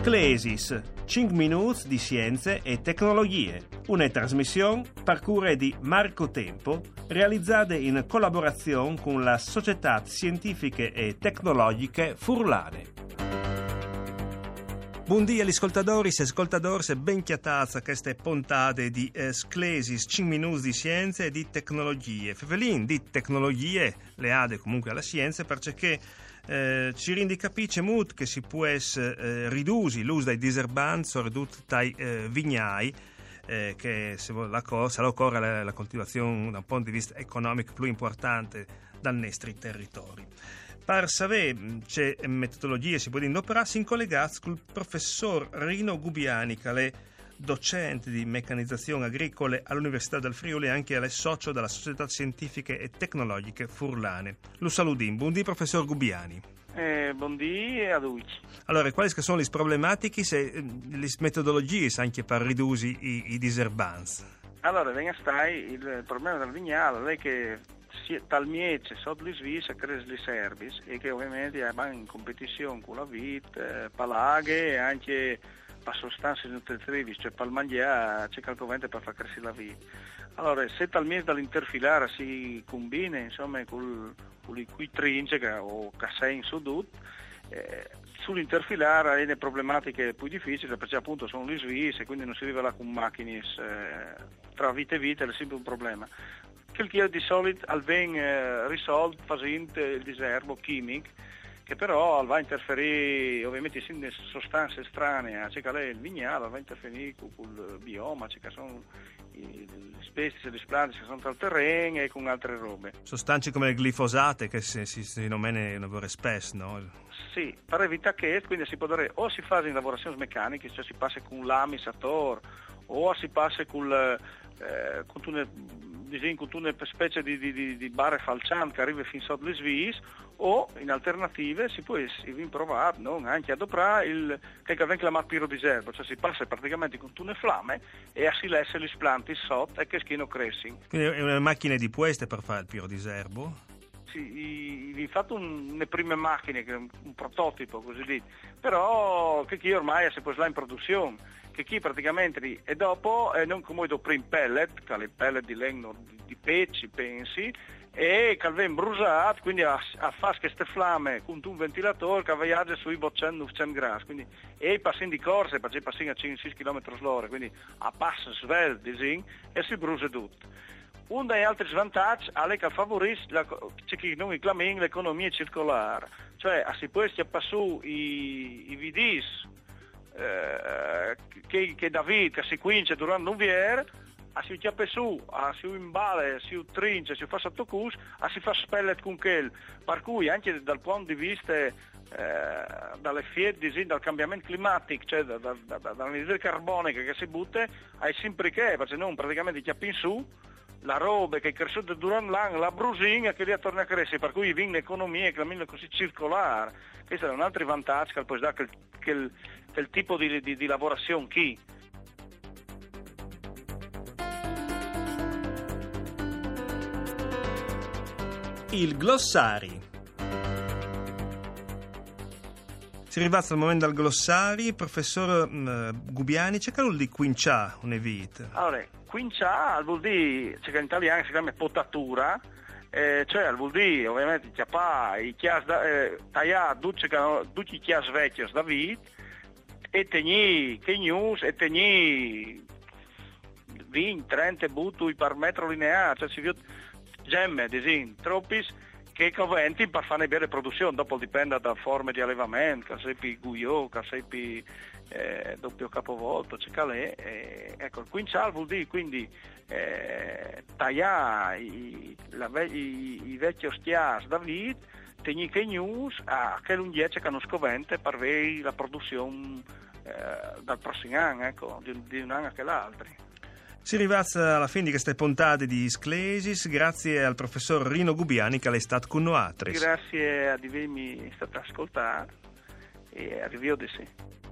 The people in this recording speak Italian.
Sclesis, 5 minuti di scienze e tecnologie, una trasmissione per cura di Marco Tempo, realizzata in collaborazione con la Società Scientifiche e Tecnologiche Furlane. Buongiorno agli ascoltatori e ben chiatazza a queste puntate di Sclesis, 5 minuti di scienze e di tecnologie. Fevelin di tecnologie le ade comunque alla scienza perché ci rende capisce molto che si può ridurre l'uso dei diserbanti soprattutto dai vignai, che se occorre la coltivazione da un punto di vista economico più importante dal nostri territori. Per sapere c'è metodologie si può operare in collegarsi con il professor Rino Gubiani, che è docente di meccanizzazione agricole all'Università del Friuli e anche socio della Società Scientifiche e Tecnologiche Furlane. Lo salutin. Buondì professor Gubiani. Buondì a tutti. Allora, quali sono le problematiche e le metodologie anche per ridurre i diserbanzi? Allora, il problema del vignale è che talmente sotto le svise cresce le service e che ovviamente vanno in competizione con la vite, palaghe e anche per sostanze nutritive, cioè per il mangiare c'è qualcosa per far crescere la vite. Allora, se talmente dall'interfilare si combina insomma con i trince o cassei in sudut, sull'interfilare le problematiche più difficili perché appunto sono le svise, quindi non si arriva là con macchine tra vite e vite, è sempre un problema. Che di solito viene risolto facendo il diserbo chimico, che però va a interferire ovviamente in sostanze strane, c'è che il vignale va a interferire con il bioma, c'è che sono le specie e le piante che sono tra il terreno e con altre robe. Sostanze come il glifosate che si nomina spesso, no? Sì, per evitare che quindi si può dare o si fa in lavorazioni meccaniche, cioè si passa con l'amisator o si passa con una specie di barre falcianti che arriva fin sotto le svis, o in alternative si può provare anche ad operare che viene chiamato pirodiserbo, cioè si passa praticamente con una fiamme e si lascia le piante sotto e che schino crescono. Quindi è una macchina di queste per fare il pirodiserbo? Sì, vi fatto le prime macchine, un prototipo così lì, però che ormai si può in produzione, che chi praticamente e dopo non come dopo in pellet, che le pellet di legno di pecci pensi, e che viene bruciato, quindi a fare queste fiamme con un ventilatore che viaggia sui 800-900 gradi, quindi e passano di corse, perché passano a 5-6 km all'ora, quindi a passo svelto e si brucia tutto. Uno degli altri svantaggi è che favorisce che noi chiamiamo l'economia circolare, cioè si può passare i vidis che da vita si quince durante l'unviere, si chiappa su, si imbale, si trince, si fa sottocus, si fa spellet con quel, per cui anche dal punto di vista dalle fiette dal cambiamento climatico, cioè dall'anidride carbonica che si butta, hai sempre che, perché non praticamente chiappi in su la roba che è cresciuta durante l'anno, la brusina che lì torna a crescere, per cui viene l'economia che è così circolare. Questo è un altro vantaggio che può dare che il tipo di lavorazione chi. Il glossari. Si arriva al momento del glossari, professor Gubiani, c'è che di quincià un'evite? Allora, quincià vuol dire, c'è che in italiano si chiama potatura, cioè vuol dire ovviamente tagliare tutti i chias vecchi da vita e tenere che news e tenere 20-30 buttui per metro lineare, cioè si vede gemme, troppi che conventi per fare bene produzione, dopo dipende da forme di allevamento, che sei più guiò, che sei più doppio capovolto, c'è calè, ecco, il quincial vuol dire quindi tagliare i vecchi stias da vita, tenere che news a che lunghezza che non scovente per avere la produzione dal prossimo anno, ecco, di un anno che l'altro. Si arriva alla fine di queste puntate di Sclesis, grazie al professor Rino Gubiani che è stato con noi. Grazie a di voi mi state ascoltando e arrivederci.